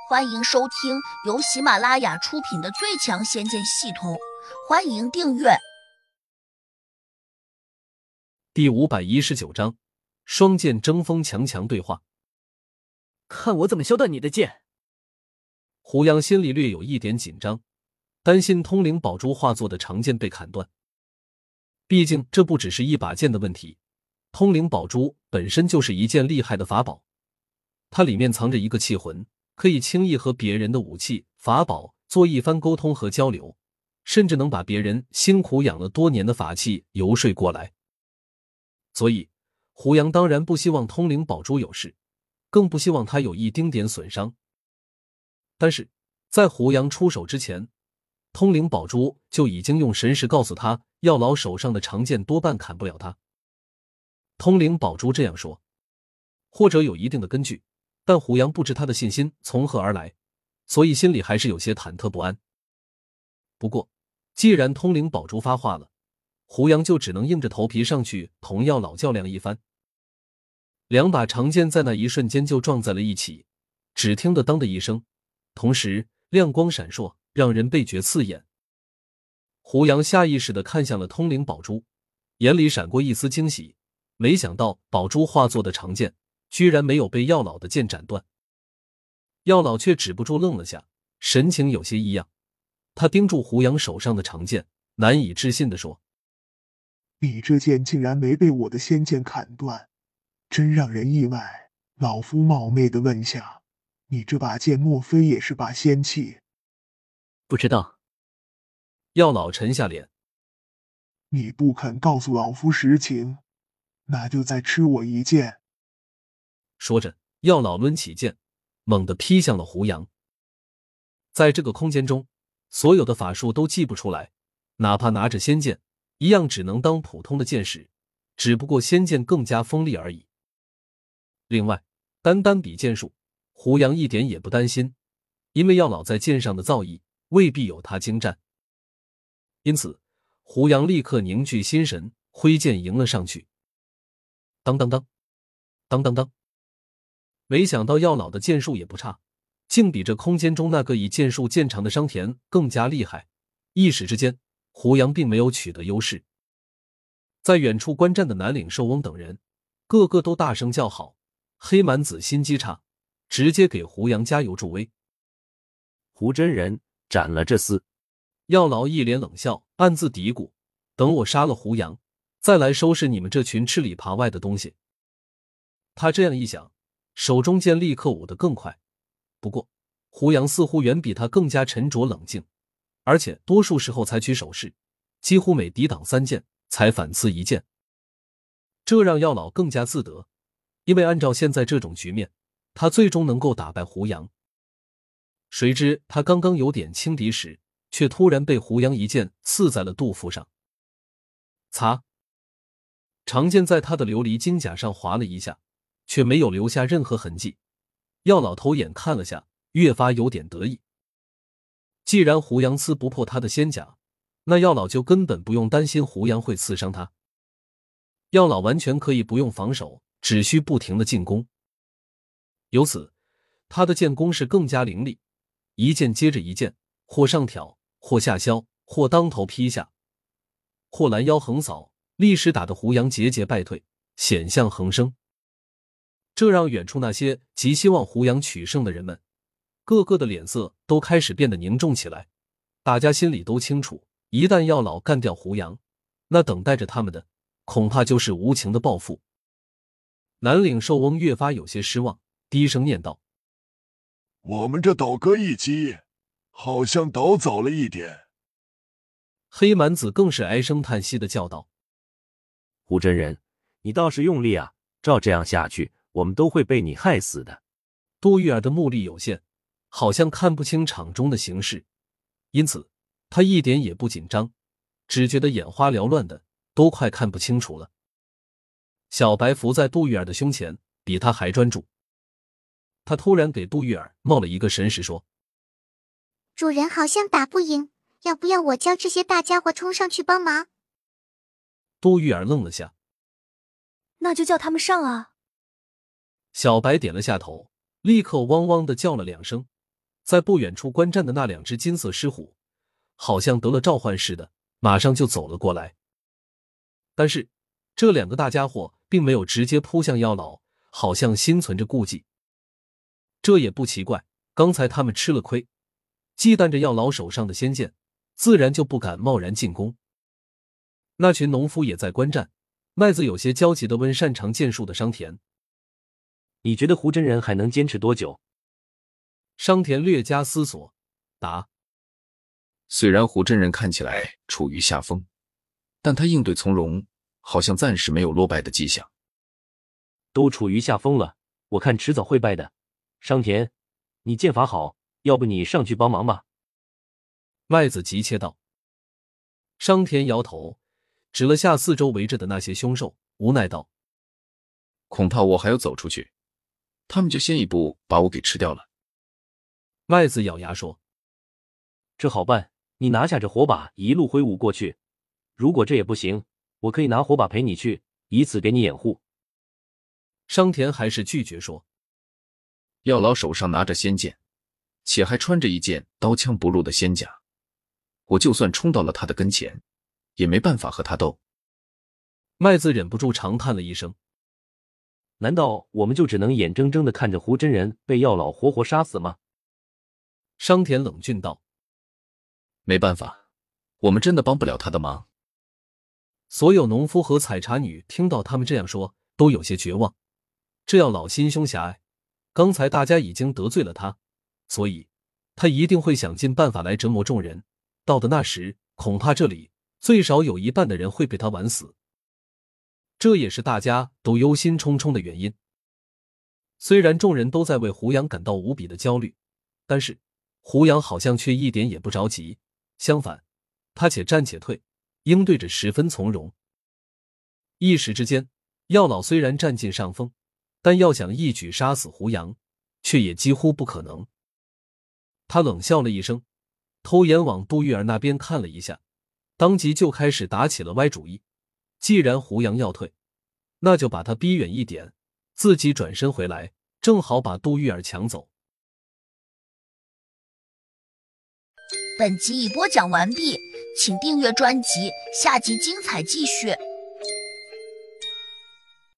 欢迎收听由喜马拉雅出品的《最强仙剑系统》，欢迎订阅。 第519章，双剑争锋，强强对话。 看我怎么削断你的剑！ 胡杨心里略有一点紧张，担心通灵宝珠化作的长剑被砍断。毕竟这不只是一把剑的问题，通灵宝珠本身就是一件厉害的法宝，它里面藏着一个气魂，可以轻易和别人的武器、法宝做一番沟通和交流，甚至能把别人辛苦养了多年的法器游说过来。所以胡杨当然不希望通灵宝珠有事，更不希望它有一丁点损伤。但是在胡杨出手之前，通灵宝珠就已经用神识告诉他，药老手上的长剑多半砍不了他。通灵宝珠这样说，或者有一定的根据，但胡杨不知他的信心从何而来，所以心里还是有些忐忑不安。不过既然通灵宝珠发话了，胡杨就只能硬着头皮上去同药老较量一番。两把长剑在那一瞬间就撞在了一起，只听得当的一声，同时亮光闪烁，让人倍觉刺眼。胡杨下意识地看向了通灵宝珠，眼里闪过一丝惊喜，没想到宝珠化作的长剑居然没有被药老的剑斩断。药老却止不住愣了下，神情有些异样。他盯住胡杨手上的长剑，难以置信地说： 你这剑竟然没被我的仙剑砍断，真让人意外。老夫冒昧地问下，你这把剑莫非也是把仙器？ 不知道。 药老沉下脸。 你不肯告诉老夫实情，那就再吃我一剑。 说着，药老抡起剑，猛地劈向了胡杨。在这个空间中，所有的法术都祭不出来，哪怕拿着仙剑，一样只能当普通的剑使，只不过仙剑更加锋利而已。另外，单单比剑术，胡杨一点也不担心，因为药老在剑上的造诣未必有他精湛。因此胡杨立刻凝聚心神，挥剑迎了上去。当当当，当当当。没想到药老的剑术也不差，竟比这空间中那个以剑术见长的商田更加厉害。一时之间，胡杨并没有取得优势。在远处观战的南岭寿翁等人个个都大声叫好，黑蛮子心机差，直接给胡杨加油助威。 胡真人斩了这厮。 药老一脸冷笑，暗自嘀咕，等我杀了胡杨，再来收拾你们这群吃里扒外的东西。他这样一想，手中剑立刻舞得更快。不过胡杨似乎远比他更加沉着冷静，而且多数时候采取守势，几乎每抵挡3剑才反刺1剑。这让药老更加自得，因为按照现在这种局面，他最终能够打败胡杨。谁知他刚刚有点轻敌时，却突然被胡杨一剑刺在了肚腹上。擦！长剑在他的琉璃金甲上划了一下，却没有留下任何痕迹。药老头眼看了下，越发有点得意。既然胡杨刺不破他的仙甲，那药老就根本不用担心胡杨会刺伤他。药老完全可以不用防守，只需不停的进攻。由此他的剑攻势更加凌厉，一剑接着一剑，或上挑，或下削，或当头劈下，或拦腰横扫，立时打得胡杨节节败退，险象横生。这让远处那些极希望胡杨取胜的人们，个个的脸色都开始变得凝重起来。大家心里都清楚，一旦药老干掉胡杨，那等待着他们的恐怕就是无情的报复。南岭寿翁越发有些失望，低声念道： 我们这倒戈一击好像倒早了一点。 黑蛮子更是唉声叹息的叫道： 胡真人，你倒是用力啊，照这样下去，我们都会被你害死的。 杜玉儿的目力有限，好像看不清场中的形势，因此他一点也不紧张，只觉得眼花缭乱的，都快看不清楚了。小白伏在杜玉儿的胸前，比他还专注。他突然给杜玉儿冒了一个神识，说： 主人好像打不赢，要不要我叫这些大家伙冲上去帮忙？ 杜玉儿愣了下。 那就叫他们上啊。 小白点了下头，立刻汪汪地叫了2声， 在不远处观战的那2只金色狮虎，好像得了召唤似的，马上就走了过来。但是这2个大家伙并没有直接扑向药老，好像心存着顾忌。这也不奇怪，刚才他们吃了亏，忌惮着药老手上的仙剑，自然就不敢贸然进攻。那群农夫也在观战，麦子有些焦急地问擅长剑术的商田：“ 你觉得胡真人还能坚持多久？” 商田略加思索，答：“ 虽然胡真人看起来处于下风，但他应对从容，好像暂时没有落败的迹象。 都处于下风了，我看迟早会败的。商田，你剑法好，要不你上去帮忙吧？” 麦子急切道。商田摇头，指了下四周围着的那些凶兽，无奈道：“ 恐怕我还要走出去，他们就先一步把我给吃掉了。” 麦子咬牙说：“ 这好办，你拿下这火把，一路挥舞过去。如果这也不行，我可以拿火把陪你去，以此给你掩护。” 商田还是拒绝说：“ 药老手上拿着仙剑，且还穿着一件刀枪不入的仙甲，我就算冲到了他的跟前，也没办法和他斗。” 麦子忍不住长叹了一声：“ 难道我们就只能眼睁睁地看着胡真人被药老活活杀死吗？” 商田冷峻道：“ 没办法，我们真的帮不了他的忙。” 所有农夫和采茶女听到他们这样说，都有些绝望。这药老心胸狭隘，刚才大家已经得罪了他，所以他一定会想尽办法来折磨众人。到的那时，恐怕这里最少有一半的人会被他玩死。这也是大家都忧心忡忡的原因。虽然众人都在为胡杨感到无比的焦虑，但是胡杨好像却一点也不着急，相反，他且战且退，应对着十分从容。一时之间，药老虽然占尽上风，但要想一举杀死胡杨，却也几乎不可能。他冷笑了一声，偷眼往杜玉儿那边看了一下，当即就开始打起了歪主意。既然胡杨要退，那就把他逼远一点，自己转身回来，正好把杜玉儿抢走。 本集已播讲完毕，请订阅专辑，下集精彩继续。